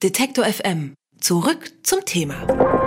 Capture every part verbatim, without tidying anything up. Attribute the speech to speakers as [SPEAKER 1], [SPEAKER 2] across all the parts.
[SPEAKER 1] Detektor F M. Zurück zum Thema.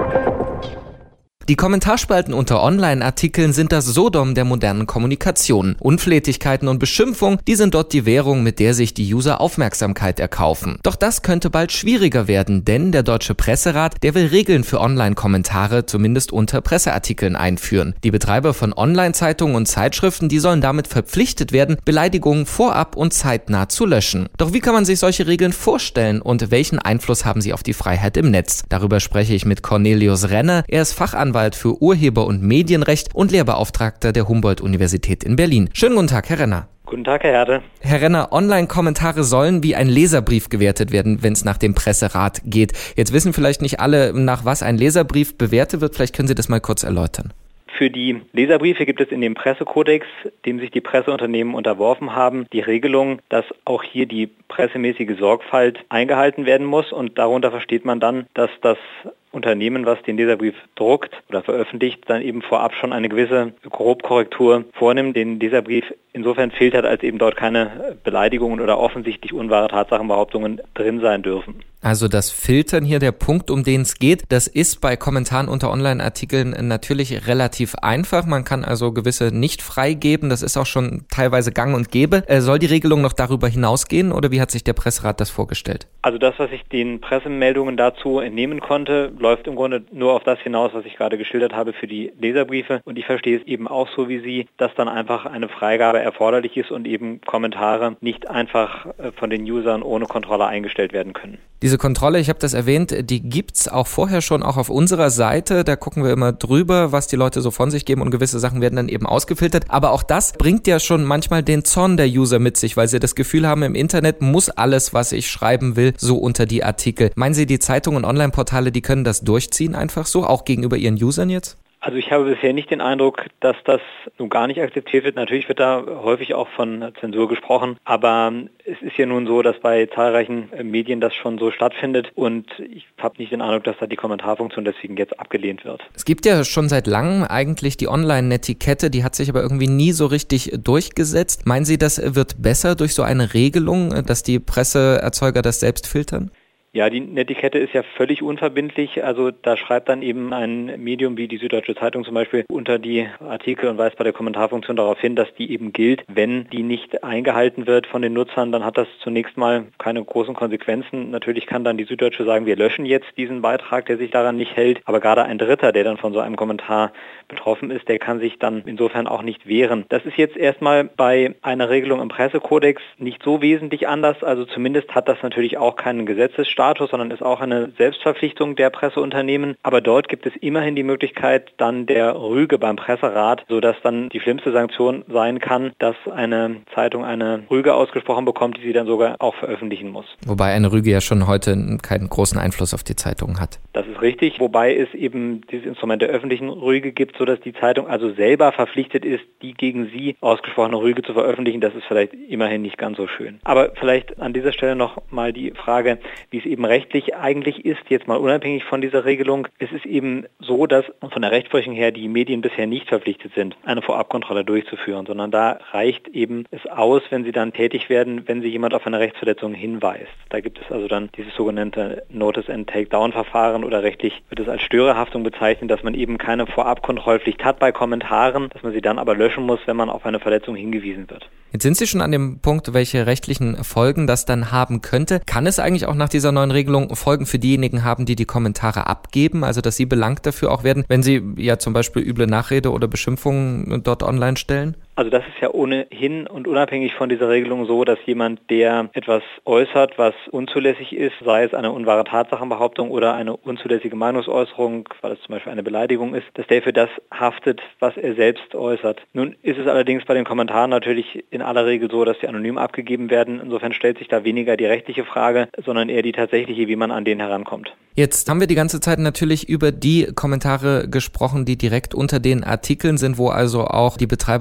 [SPEAKER 2] Die Kommentarspalten unter Online-Artikeln sind das Sodom der modernen Kommunikation. Unflätigkeiten und Beschimpfungen, die sind dort die Währung, mit der sich die User Aufmerksamkeit erkaufen. Doch das könnte bald schwieriger werden, denn der Deutsche Presserat, der will Regeln für Online-Kommentare zumindest unter Presseartikeln einführen. Die Betreiber von Online-Zeitungen und Zeitschriften, die sollen damit verpflichtet werden, Beleidigungen vorab und zeitnah zu löschen. Doch wie kann man sich solche Regeln vorstellen und welchen Einfluss haben sie auf die Freiheit im Netz? Darüber spreche ich mit Cornelius Renner. Er ist Fachanwalt für Urheber- und Medienrecht und Lehrbeauftragter der Humboldt-Universität in Berlin. Schönen guten Tag, Herr Renner.
[SPEAKER 3] Guten Tag, Herr Herde.
[SPEAKER 2] Herr Renner, Online-Kommentare sollen wie ein Leserbrief gewertet werden, wenn es nach dem Presserat geht. Jetzt wissen vielleicht nicht alle, nach was ein Leserbrief bewertet wird. Vielleicht können Sie das mal kurz erläutern.
[SPEAKER 3] Für die Leserbriefe gibt es in dem Pressekodex, dem sich die Presseunternehmen unterworfen haben, die Regelung, dass auch hier die pressemäßige Sorgfalt eingehalten werden muss. Und darunter versteht man dann, dass das Unternehmen, was den Leserbrief druckt oder veröffentlicht, dann eben vorab schon eine gewisse Grobkorrektur vornimmt, den Leserbrief insofern filtert, als eben dort keine Beleidigungen oder offensichtlich unwahre Tatsachenbehauptungen drin sein dürfen.
[SPEAKER 2] Also das Filtern hier, der Punkt, um den es geht, das ist bei Kommentaren unter Online-Artikeln natürlich relativ einfach. Man kann also gewisse nicht freigeben, das ist auch schon teilweise gang und gäbe. Äh, soll die Regelung noch darüber hinausgehen oder wie hat sich der Presserat das vorgestellt?
[SPEAKER 3] Also das, was ich den Pressemeldungen dazu entnehmen konnte, läuft im Grunde nur auf das hinaus, was ich gerade geschildert habe für die Leserbriefe. Und ich verstehe es eben auch so wie Sie, dass dann einfach eine Freigabe erforderlich ist und eben Kommentare nicht einfach von den Usern ohne Kontrolle eingestellt werden können.
[SPEAKER 2] Diese Kontrolle, ich habe das erwähnt, die gibt's auch vorher schon, auch auf unserer Seite. Da gucken wir immer drüber, was die Leute so von sich geben und gewisse Sachen werden dann eben ausgefiltert. Aber auch das bringt ja schon manchmal den Zorn der User mit sich, weil sie das Gefühl haben, im Internet muss alles, was ich schreiben will, so unter die Artikel. Meinen Sie, die Zeitungen und Online-Portale, die können das durchziehen einfach so, auch gegenüber ihren Usern jetzt?
[SPEAKER 3] Also ich habe bisher nicht den Eindruck, dass das nun gar nicht akzeptiert wird. Natürlich wird da häufig auch von Zensur gesprochen, aber es ist ja nun so, dass bei zahlreichen Medien das schon so stattfindet und ich habe nicht den Eindruck, dass da die Kommentarfunktion deswegen jetzt abgelehnt wird.
[SPEAKER 2] Es gibt ja schon seit langem eigentlich die Online-Netiquette, die hat sich aber irgendwie nie so richtig durchgesetzt. Meinen Sie, das wird besser durch so eine Regelung, dass die Presseerzeuger das selbst filtern?
[SPEAKER 3] Ja, die Netiquette ist ja völlig unverbindlich. Also da schreibt dann eben ein Medium wie die Süddeutsche Zeitung zum Beispiel unter die Artikel und weist bei der Kommentarfunktion darauf hin, dass die eben gilt. Wenn die nicht eingehalten wird von den Nutzern, dann hat das zunächst mal keine großen Konsequenzen. Natürlich kann dann die Süddeutsche sagen, wir löschen jetzt diesen Beitrag, der sich daran nicht hält. Aber gerade ein Dritter, der dann von so einem Kommentar betroffen ist, der kann sich dann insofern auch nicht wehren. Das ist jetzt erstmal bei einer Regelung im Pressekodex nicht so wesentlich anders. Also zumindest hat das natürlich auch keinen Gesetzesstatus, sondern ist auch eine Selbstverpflichtung der Presseunternehmen. Aber dort gibt es immerhin die Möglichkeit dann der Rüge beim Presserat, sodass dann die schlimmste Sanktion sein kann, dass eine Zeitung eine Rüge ausgesprochen bekommt, die sie dann sogar auch veröffentlichen muss.
[SPEAKER 2] Wobei eine Rüge ja schon heute keinen großen Einfluss auf die Zeitung hat.
[SPEAKER 3] Das ist richtig, wobei es eben dieses Instrument der öffentlichen Rüge gibt, sodass die Zeitung also selber verpflichtet ist, die gegen sie ausgesprochene Rüge zu veröffentlichen. Das ist vielleicht immerhin nicht ganz so schön. Aber vielleicht an dieser Stelle noch mal die Frage, wie es eben rechtlich eigentlich ist, jetzt mal unabhängig von dieser Regelung. Es ist eben so, dass von der Rechtsprechung her die Medien bisher nicht verpflichtet sind, eine Vorabkontrolle durchzuführen, sondern da reicht eben es aus, wenn sie dann tätig werden, wenn sie jemand auf eine Rechtsverletzung hinweist. Da gibt es also dann dieses sogenannte Notice and Takedown-Verfahren oder rechtlich wird es als Störerhaftung bezeichnet, dass man eben keine Vorabkontrollpflicht hat bei Kommentaren, dass man sie dann aber löschen muss, wenn man auf eine Verletzung hingewiesen wird.
[SPEAKER 2] Jetzt sind Sie schon an dem Punkt, welche rechtlichen Folgen das dann haben könnte. Kann es eigentlich auch nach dieser neuen Regelung Folgen für diejenigen haben, die die Kommentare abgeben, also dass sie belangt dafür auch werden, wenn sie ja zum Beispiel üble Nachrede oder Beschimpfungen dort online stellen?
[SPEAKER 3] Also das ist ja ohnehin und unabhängig von dieser Regelung so, dass jemand, der etwas äußert, was unzulässig ist, sei es eine unwahre Tatsachenbehauptung oder eine unzulässige Meinungsäußerung, weil es zum Beispiel eine Beleidigung ist, dass der für das haftet, was er selbst äußert. Nun ist es allerdings bei den Kommentaren natürlich in aller Regel so, dass die anonym abgegeben werden. Insofern stellt sich da weniger die rechtliche Frage, sondern eher die tatsächliche, wie man an den herankommt.
[SPEAKER 2] Jetzt haben wir die ganze Zeit natürlich über die Kommentare gesprochen, die direkt unter den Artikeln sind, wo also auch die Betreiber das Haus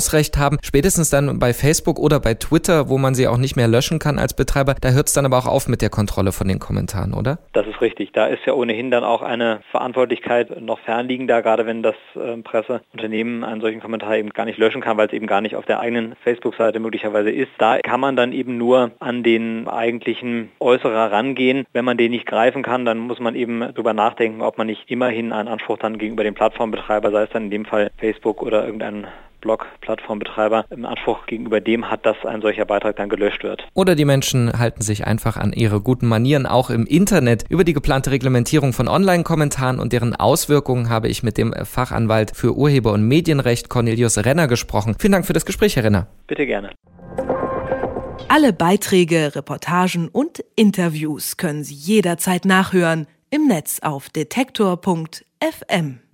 [SPEAKER 2] Hausrecht haben. Spätestens dann bei Facebook oder bei Twitter, wo man sie auch nicht mehr löschen kann als Betreiber, da hört es dann aber auch auf mit der Kontrolle von den Kommentaren, oder?
[SPEAKER 3] Das ist richtig. Da ist ja ohnehin dann auch eine Verantwortlichkeit noch fernliegender, gerade wenn das äh, Presseunternehmen einen solchen Kommentar eben gar nicht löschen kann, weil es eben gar nicht auf der eigenen Facebook-Seite möglicherweise ist. Da kann man dann eben nur an den eigentlichen Äußerer rangehen. Wenn man den nicht greifen kann, dann muss man eben drüber nachdenken, ob man nicht immerhin einen Anspruch dann gegenüber dem Plattformbetreiber, sei es dann in dem Fall Facebook oder irgendein Blog-Plattformbetreiber, im Anspruch gegenüber dem hat, dass ein solcher Beitrag dann gelöscht wird.
[SPEAKER 2] Oder die Menschen halten sich einfach an ihre guten Manieren auch im Internet. Über die geplante Reglementierung von Online-Kommentaren und deren Auswirkungen habe ich mit dem Fachanwalt für Urheber- und Medienrecht Cornelius Renner gesprochen. Vielen Dank für das Gespräch, Herr Renner.
[SPEAKER 3] Bitte gerne.
[SPEAKER 1] Alle Beiträge, Reportagen und Interviews können Sie jederzeit nachhören im Netz auf detektor punkt f m.